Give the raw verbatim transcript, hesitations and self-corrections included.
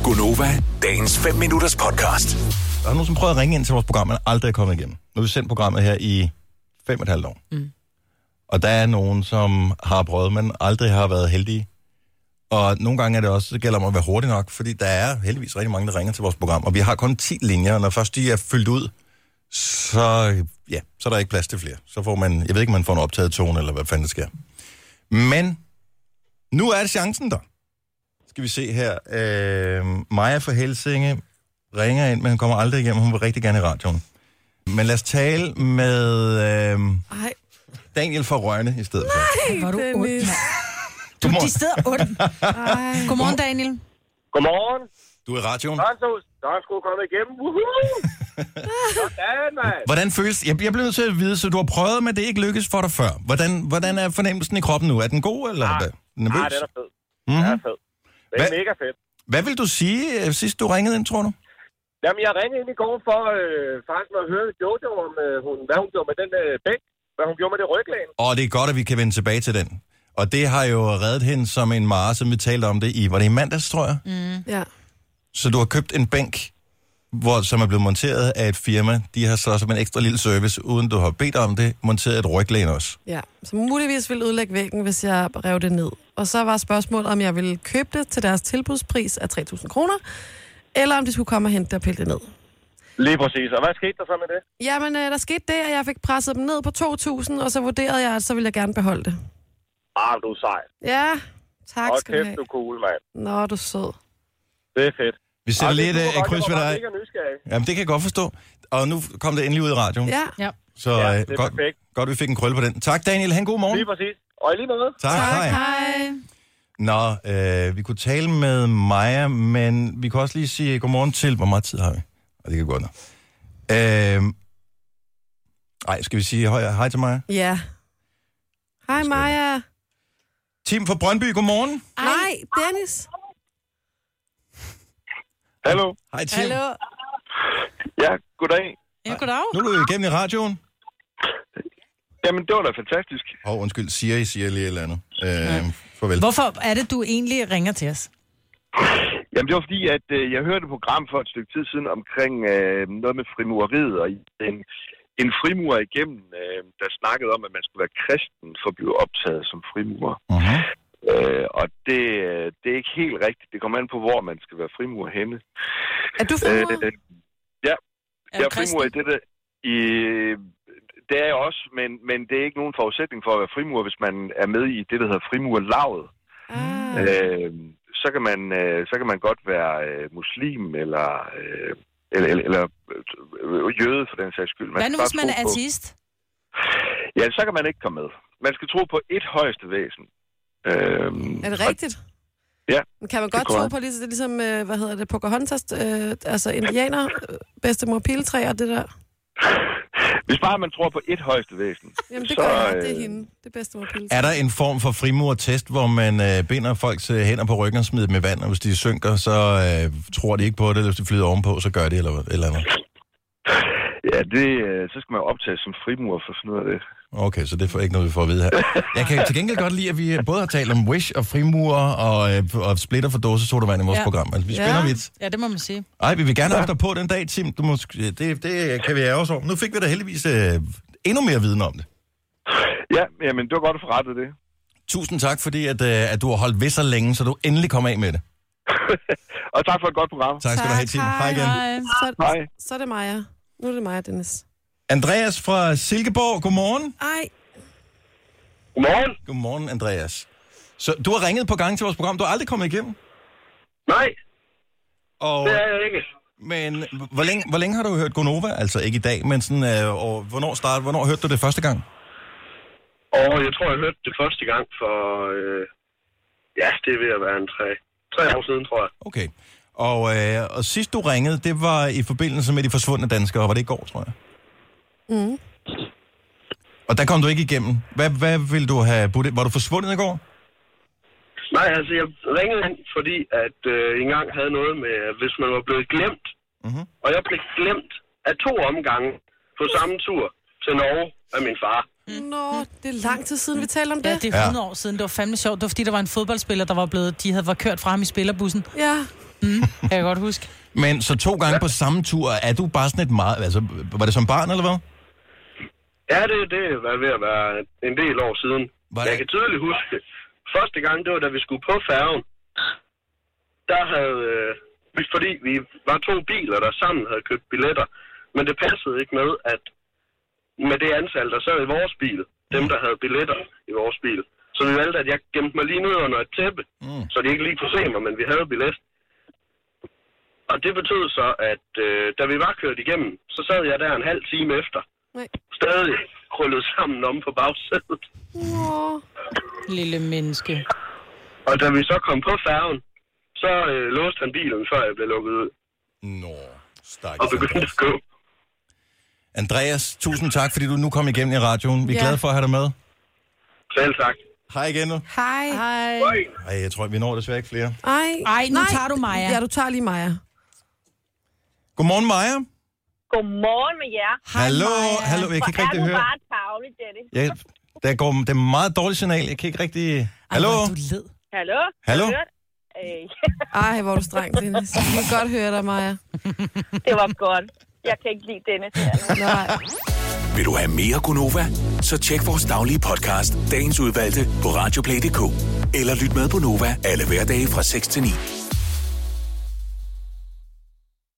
Gunova, dagens fem minutters podcast. Der er nogen, som prøver at ringe ind til vores program, men aldrig er kommet igennem. Nu har vi sendt programmet her i fem og et halvt år. Mm. Og der er nogen, som har prøvet, men aldrig har været heldige. Og nogle gange er det også, det gælder om at være hurtig nok, fordi der er heldigvis rigtig mange, der ringer til vores program. Og vi har kun ti linjer, og når først de er fyldt ud, så, ja, så er der ikke plads til flere. Så får man, jeg ved ikke, om man får en optaget tone, eller hvad fanden det sker. Men nu er det chancen der. Skal vi se her. Øh, Maja fra Helsinge ringer ind, men hun kommer aldrig igennem. Hun vil rigtig gerne i radioen. Men lad os tale med øh, Daniel fra Rønne i stedet for. Nej, var du ond, Du er de steder ond. Godmorgen, Daniel. Godmorgen. Du er i radioen. Så er han sgu kommet igennem. Sådan, mand. Hvordan føles... Jeg, jeg bliver nødt til at vide, så du har prøvet, men det ikke lykkes for dig før. Hvordan, hvordan er fornemmelsen i kroppen nu? Er den god, eller ah, hvad? Nervøs? Ah, den er fed. Mm-hmm. Den er fed. Det er Hva? mega fedt. Hvad vil du sige, sidst du ringede ind, tror du? Jamen, jeg ringede ind i går for øh, faktisk at høre Jojo om, øh, hun, hvad hun gjorde med den øh, bæk. Hvad hun gjorde med det ryglæn. Og det er godt, at vi kan vende tilbage til den. Og det har jo reddet hende som en mare, som vi talte om det i. Var det i mandags, tror jeg? Mm. Ja. Så du har købt en bænk, hvor, som er blevet monteret af et firma. De har så som en ekstra lille service, uden du har bedt om det, monteret et ryglæn også. Ja, som muligvis ville udlægge væggen, hvis jeg rev det ned. Og så var spørgsmålet, om jeg ville købe det til deres tilbudspris af tre tusind kroner, eller om de skulle komme og hente det og pille det ned. Lige præcis. Og hvad skete der så med det? Jamen, øh, der skete det, at jeg fik presset dem ned på to tusind, og så vurderede jeg, at så ville jeg gerne beholde det. Ah, du er sej. Ja, tak og skal du have. Og kæft, du er cool, mand. Nå, du er sød. Det er fedt. Vi sætter lidt et kryds ved dig. Jamen, det kan jeg godt forstå. Og nu kom det endelig ud i radioen. Ja. ja. Så ja, det er godt, perfekt. Godt, vi fik en krølle på den. Tak, Daniel. Ha' en god morgen. Lige præcis. Og lige noget. Tak, tak hej. hej. Nå, øh, vi kunne tale med Maja, men vi kan også lige sige godmorgen til... Hvor meget tid har vi? Og det kan godt nok. Øh, ej, skal vi sige hej, hej til Maja? Ja. Hej, Maja. Tim fra Brøndby, godmorgen. Nej, Dennis. Hallo. Hej, Tim. Hallo. Ja, goddag. Ja, goddag. Nu er du igennem i radioen. Jamen, det var da fantastisk. Åh, oh, undskyld, siger I siger lige et eller andet. Øh, ja. Farvel. Hvorfor er det, du egentlig ringer til os? Jamen, det var fordi, at øh, jeg hørte et program for et stykke tid siden omkring øh, noget med frimureriet, og en, en frimurer igennem, øh, der snakkede om, at man skulle være kristen for at blive optaget som frimurer. Uh-huh. Øh, og det, det er ikke helt rigtigt. Det kommer an på, hvor man skal være frimurer henne. Er du frimurer? Øh, ja, er jeg er frimurer i det der... I, det er jeg også, men, men det er ikke nogen forudsætning for at være frimurer, hvis man er med i det, der hedder frimurerlaget. Ah. Øh, så kan man øh, så kan man godt være øh, muslim eller øh, eller, eller, eller øh, jøde for den sags skyld. Man Hvad nu, hvis man er ateist? Ja, så kan man ikke komme med. Man skal tro på et højeste væsen. Øh, er det rigtigt? Og, ja. Kan man godt tro på, ligesom, ligesom hvad hedder det, Pocahontas, øh, altså indianer, bedstemor piletræ og det der? Hvis bare man tror på et højeste væsen. Jamen det så, gør jeg, det er hende. Det bedste må pilse. Er der en form for frimurtest, hvor man øh, binder folks øh, hænder på ryggen og smider dem i vand, og hvis de synker, så øh, tror de ikke på det, eller hvis de flyder ovenpå, så gør de eller eller andet? Ja, det, øh, så skal man optage som frimur for sådan noget af det. Okay, så det er ikke noget, vi får at vide her. Jeg kan til gengæld godt lide, at vi både har talt om Wish og frimurer og, øh, og splitter for dåsesodavand i vores ja. program. Altså, vi spænder ja. vidt. Ja, det må man sige. Ej, vi vil gerne have dig på den dag, Tim. Du må, det, det kan vi ære os over. Nu fik vi da heldigvis øh, endnu mere viden om det. Ja, jamen, det var godt at forrette det. Tusind tak, fordi at, øh, at du har holdt ved så længe, så du endelig kom af med det. Og tak for et godt program. Tak skal tak, du have, Tim. Hej, hej igen. Hej. Så, hej. Så er det Maja. Nu er det Maja, Dennis. Andreas fra Silkeborg, godmorgen. Ej. Godmorgen. Godmorgen, Andreas. Så du har ringet på gang til vores program. Du har aldrig kommet igennem? Nej, og, det er jeg ikke. Men hvor længe, hvor længe har du hørt Gonova? Altså ikke i dag, men sådan, øh, og hvornår startede, hvornår hørte du det første gang? Og jeg tror, jeg hørte det første gang for, øh, ja, det er ved at være en tre, tre år siden, tror jeg. Okay. Og, øh, og sidst du ringede, det var i forbindelse med de forsvundne danskere, var det i går, tror jeg? Mm. Og der kom du ikke igennem. Hvad, hvad ville du have budt? Var du forsvundet i går? Nej, altså jeg ringede ind, fordi at øh, engang havde noget med, hvis man var blevet glemt. Mm-hmm. Og jeg blev glemt af to omgange på samme tur til Norge af min far. Nå, det er lang tid siden, vi talte om det. Ja, det er hundrede ja. år siden. Det var fandme sjovt. Det var fordi, der var en fodboldspiller, der var blevet, de havde var kørt fra ham i spillerbussen. Ja. Mm, jeg kan godt huske. Men så to gange ja. på samme tur, er du bare sådan et meget... Altså, var det som barn, eller hvad? Ja, det, det var ved at være en del år siden. Jeg kan tydeligt huske det. Første gang, det var da vi skulle på færgen. Der havde... Øh, fordi vi var to biler, der sammen havde købt billetter. Men det passede ikke med, at med det antal, der sad i vores bil, dem, der havde billetter i vores bil. Så vi valgte, at jeg gemte mig lige ned under et tæppe, mm. så de ikke lige kunne se mig, men vi havde billet. Og det betød så, at øh, da vi var kørt igennem, så sad jeg der en halv time efter. Nej. Stadig krøllet sammen om på bagsædet. Åh, lille menneske. Og da vi så kom på færgen, så øh, låste han bilen, før jeg blev lukket ud. Nå, stakkels. Og begyndte at gå. Andreas, tusind tak, fordi du nu kom igennem i radioen. Vi er ja. glade for at have dig med. Selv tak. Hej igen nu. Hej. Hej. Ej, jeg tror, vi når desværre ikke flere. Ej, Ej nu nej. tager du Maja. Ja, du tager lige Maja. Godmorgen, Maja. Godmorgen med jer. Hallo, hallo, jeg kan ikke rigtig høre. Hvor er du bare tavlig, Dennis. Ja, der går, det er meget dårligt signal, jeg kan ikke rigtig... Hallo? Ej, du led. Hallo? Hallo? Ej, hvor er du streng, Dennis. Jeg kan godt høre dig, Maja. Det var godt. Jeg kan ikke lide Dennis. Nej. Vil du have mere Gunova? Så tjek vores daglige podcast, dagens udvalgte, på radioplay punktum d k. Eller lyt med på Nova alle hverdage fra seks til ni.